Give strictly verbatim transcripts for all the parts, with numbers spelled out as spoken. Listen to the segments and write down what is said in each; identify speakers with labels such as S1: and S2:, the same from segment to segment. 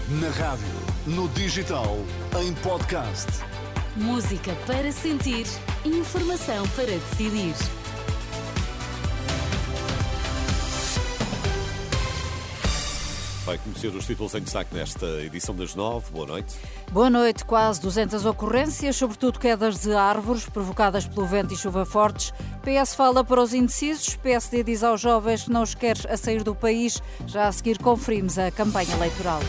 S1: Na rádio, no digital, em podcast.
S2: Música para sentir, informação para decidir.
S3: Vai conhecer os títulos em destaque nesta edição das nove. Boa noite.
S4: Boa noite. Quase duzentas ocorrências, sobretudo quedas de árvores provocadas pelo vento e chuva fortes. P S fala para os indecisos. P S D diz aos jovens que não os quer a sair do país. Já a seguir conferimos a campanha eleitoral.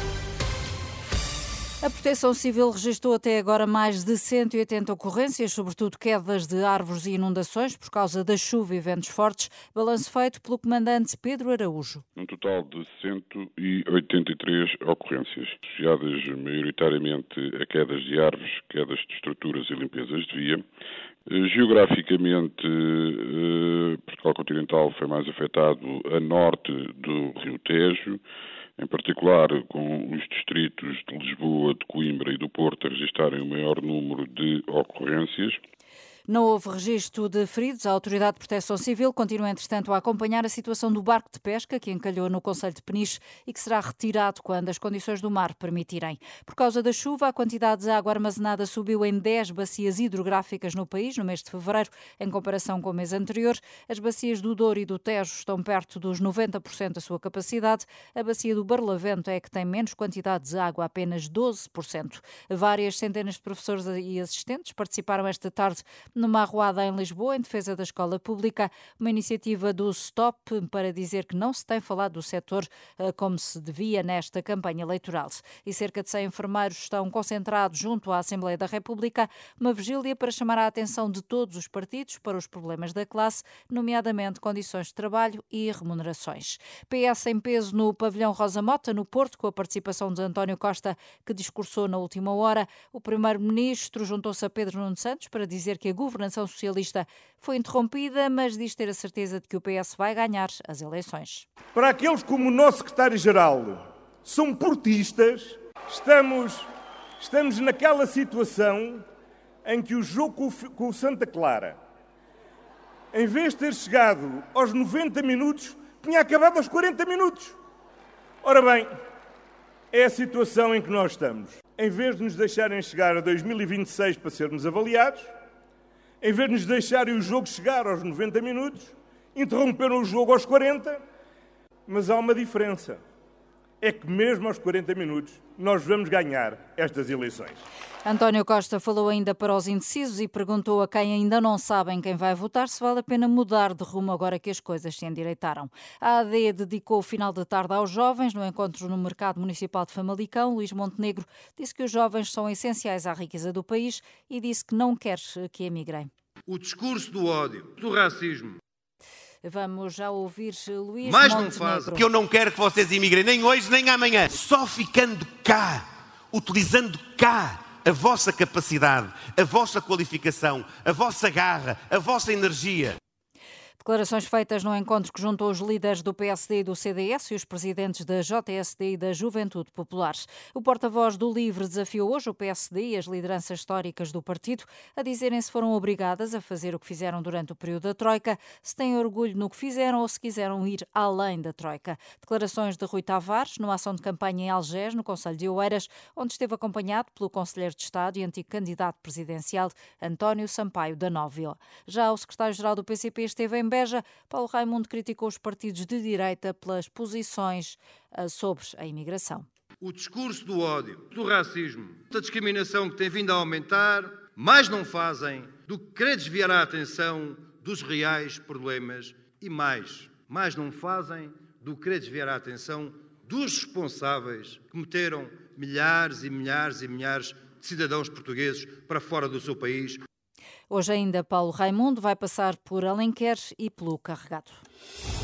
S4: A Proteção Civil registrou até agora mais de cento e oitenta ocorrências, sobretudo quedas de árvores e inundações por causa da chuva e ventos fortes. Balanço feito pelo comandante Pedro Araújo.
S5: Um total de cento e oitenta e três ocorrências, associadas maioritariamente a quedas de árvores, quedas de estruturas e limpezas de via. Geograficamente, Portugal continental foi mais afetado a norte do Rio Tejo, em particular com os distritos de Lisboa, de Coimbra e do Porto a registarem o maior número de ocorrências.
S4: Não houve registro de feridos. A Autoridade de Proteção Civil continua, entretanto, a acompanhar a situação do barco de pesca que encalhou no concelho de Peniche e que será retirado quando as condições do mar permitirem. Por causa da chuva, a quantidade de água armazenada subiu em dez bacias hidrográficas no país no mês de fevereiro, em comparação com o mês anterior. As bacias do Douro e do Tejo estão perto dos noventa por cento da sua capacidade. A bacia do Barlavento é a que tem menos quantidade de água, apenas doze por cento. Várias centenas de professores e assistentes participaram esta tarde numa arruada em Lisboa, em defesa da escola pública, uma iniciativa do Stop para dizer que não se tem falado do setor como se devia nesta campanha eleitoral. E cerca de cem enfermeiros estão concentrados junto à Assembleia da República, uma vigília para chamar a atenção de todos os partidos para os problemas da classe, nomeadamente condições de trabalho e remunerações. P S em peso no pavilhão Rosa Mota, no Porto, com a participação de António Costa, que discursou na última hora. O primeiro-ministro juntou-se a Pedro Nuno Santos para dizer que a governação socialista foi interrompida, mas diz ter a certeza de que o P S vai ganhar as eleições.
S6: Para aqueles como o nosso secretário-geral são portistas, estamos, estamos naquela situação em que o jogo com o Santa Clara, em vez de ter chegado aos noventa minutos, tinha acabado aos quarenta minutos. Ora bem, é a situação em que nós estamos. Em vez de nos deixarem chegar a dois mil e vinte e seis para sermos avaliados, em vez de nos deixarem o jogo chegar aos noventa minutos, interromperam o jogo aos quarenta, mas há uma diferença. É que mesmo aos quarenta minutos nós vamos ganhar estas eleições.
S4: António Costa falou ainda para os indecisos e perguntou a quem ainda não sabem quem vai votar se vale a pena mudar de rumo agora que as coisas se endireitaram. A A D dedicou o final de tarde aos jovens no encontro no Mercado Municipal de Famalicão. Luís Montenegro disse que os jovens são essenciais à riqueza do país e disse que não quer que emigrem.
S7: O discurso do ódio, do racismo.
S4: Vamos já ouvir Luís
S7: Mas
S4: Montenegro.
S7: não faz, que eu não quero que vocês emigrem, nem hoje nem amanhã. Só ficando cá, utilizando cá a vossa capacidade, a vossa qualificação, a vossa garra, a vossa energia.
S4: Declarações feitas no encontro que juntou os líderes do P S D e do C D S e os presidentes da J S D e da Juventude Popular. O porta-voz do LIVRE desafiou hoje o P S D e as lideranças históricas do partido a dizerem se foram obrigadas a fazer o que fizeram durante o período da Troika, se têm orgulho no que fizeram ou se quiseram ir além da Troika. Declarações de Rui Tavares numa ação de campanha em Algés, no concelho de Oeiras, onde esteve acompanhado pelo conselheiro de Estado e antigo candidato presidencial António Sampaio da Nóvio. Já o secretário-geral do P C P esteve em Beja. Paulo Raimundo criticou os partidos de direita pelas posições sobre a imigração.
S7: O discurso do ódio, do racismo, da discriminação que tem vindo a aumentar, mais não fazem do que querer desviar a atenção dos reais problemas e mais, mais não fazem do que querer desviar a atenção dos responsáveis que meteram milhares e milhares e milhares de cidadãos portugueses para fora do seu país.
S4: Hoje ainda Paulo Raimundo vai passar por Alenquer e pelo Carregado.